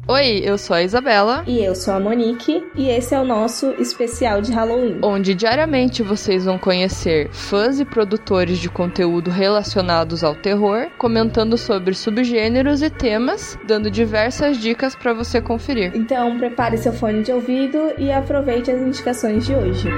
Oi, eu sou a Isabela. E eu sou a Monique. E esse é o nosso especial de Halloween, onde diariamente vocês vão conhecer fãs e produtores de conteúdo relacionados ao terror, comentando sobre subgêneros e temas, dando diversas dicas para você conferir. Então prepare seu fone de ouvido e aproveite as indicações de hoje.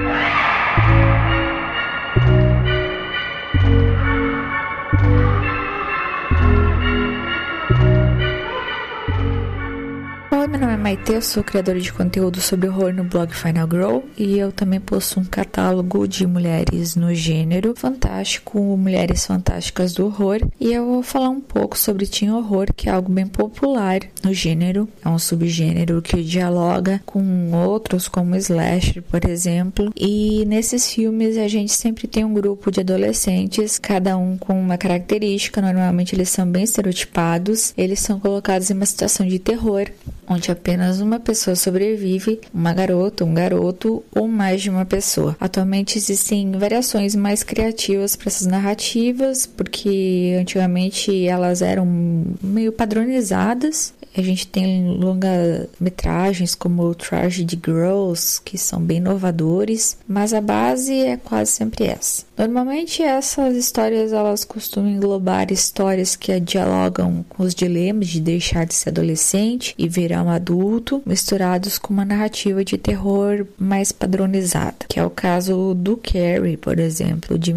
Oi, meu nome é Maite, eu sou criadora de conteúdo sobre horror no blog Final Girl e eu também possuo um catálogo de mulheres no gênero fantástico, mulheres fantásticas do horror, e eu vou falar um pouco sobre teen horror, que é algo bem popular no gênero. É um subgênero que dialoga com outros, como slasher, por exemplo, e nesses filmes a gente sempre tem um grupo de adolescentes, cada um com uma característica. Normalmente eles são bem estereotipados, eles são colocados em uma situação de terror, onde apenas uma pessoa sobrevive, uma garota, um garoto ou mais de uma pessoa. Atualmente existem variações mais criativas para essas narrativas, porque antigamente elas eram meio padronizadas. A gente tem longa-metragens como Tragedy Girls, que são bem inovadores, mas a base é quase sempre essa. Normalmente essas histórias elas costumam englobar histórias que dialogam com os dilemas de deixar de ser adolescente e virar um adulto, misturados com uma narrativa de terror mais padronizada, que é o caso do Carrie, por exemplo, de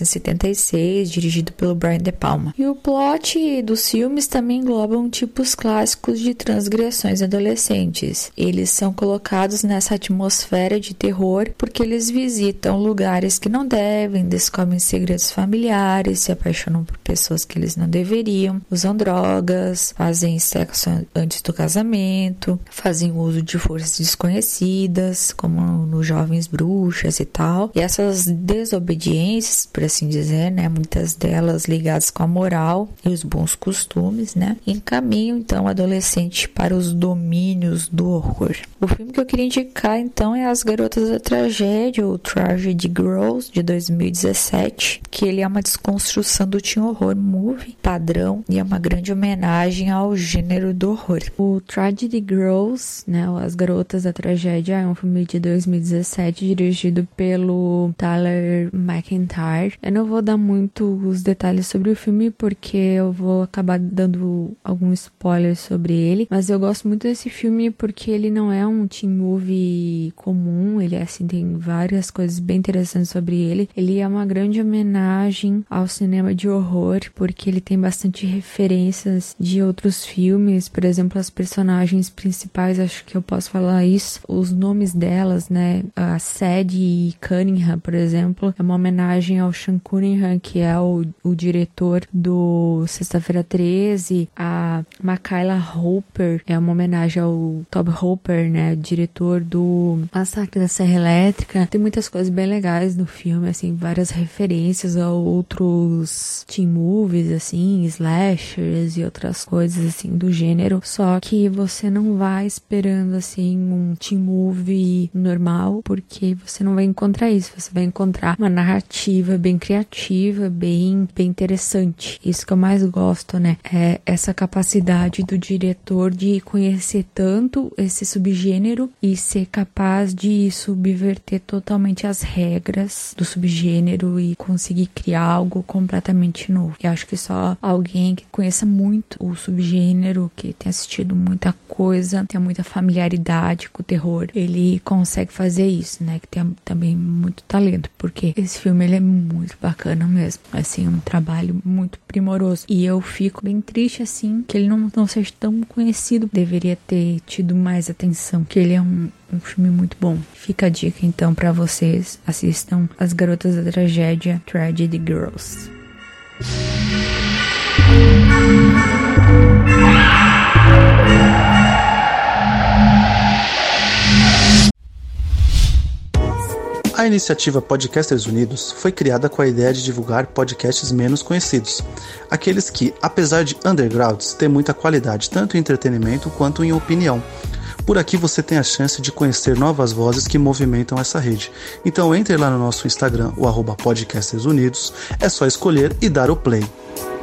1976, dirigido pelo Brian De Palma. E o plot dos filmes também englobam tipos clássicos de transgressões adolescentes. Eles são colocados nessa atmosfera de terror porque eles visitam lugares que não devem, descobrem segredos familiares, se apaixonam por pessoas que eles não deveriam, usam drogas, fazem sexo antes do casamento, fazem uso de forças desconhecidas, como nos Jovens Bruxas e tal. E essas desobediências, por assim dizer, né, muitas delas ligadas com a moral e os bons costumes, né, encaminham então o adolescente para os domínios do horror. O filme que eu queria indicar então é As Garotas da Tragédia, ou Tragedy Girls, de 2017, que ele é uma desconstrução do teen horror movie padrão e é uma grande homenagem ao gênero do horror. O Tragedy Girls, né, As Garotas da Tragédia, é um filme de 2017 dirigido pelo Tyler McIntyre. Eu não vou dar muito os detalhes sobre o filme porque eu vou acabar dando algum spoiler sobre ele, mas eu gosto muito desse filme porque ele não é um teen movie comum, ele assim tem várias coisas bem interessantes sobre ele. Ele é uma grande homenagem ao cinema de horror porque ele tem bastante referências de outros filmes, por exemplo, as personagens principais, acho que eu posso falar isso, os nomes delas, né, a Sadie Cunningham, por exemplo, é uma homenagem ao Sean Cunningham, que é o diretor do Sexta-feira 13, a Makayla Hopper é uma homenagem ao Tobe Hooper, né, diretor do Massacre da Serra Elétrica. Tem muitas coisas bem legais no filme, assim, várias referências a outros teen movies, assim, slashers e outras coisas, assim, do gênero, só que você não vai esperando, assim, um teen movie normal, porque você não vai encontrar isso, você vai encontrar uma narrativa bem criativa, bem interessante. Isso que eu mais gosto, né, é essa capacidade do diretor de conhecer tanto esse subgênero e ser capaz de subverter totalmente as regras do subgênero e conseguir criar algo completamente novo. E acho que só alguém que conheça muito o subgênero, que tenha assistido muita coisa, tenha muita familiaridade com o terror, ele consegue fazer isso, né? Que tem também muito talento, porque esse filme ele é muito bacana mesmo, assim, um trabalho muito primoroso. E eu fico bem triste, assim, que ele não seja tão conhecido. Deveria ter tido mais atenção, que ele é um filme muito bom. Fica a dica então pra vocês, assistam As Garotas da Tragédia, Tragedy Girls. A iniciativa Podcasters Unidos foi criada com a ideia de divulgar podcasts menos conhecidos, aqueles que, apesar de undergrounds, têm muita qualidade tanto em entretenimento quanto em opinião. Por aqui você tem a chance de conhecer novas vozes que movimentam essa rede. Então entre lá no nosso Instagram, o @podcastersunidos, é só escolher e dar o play.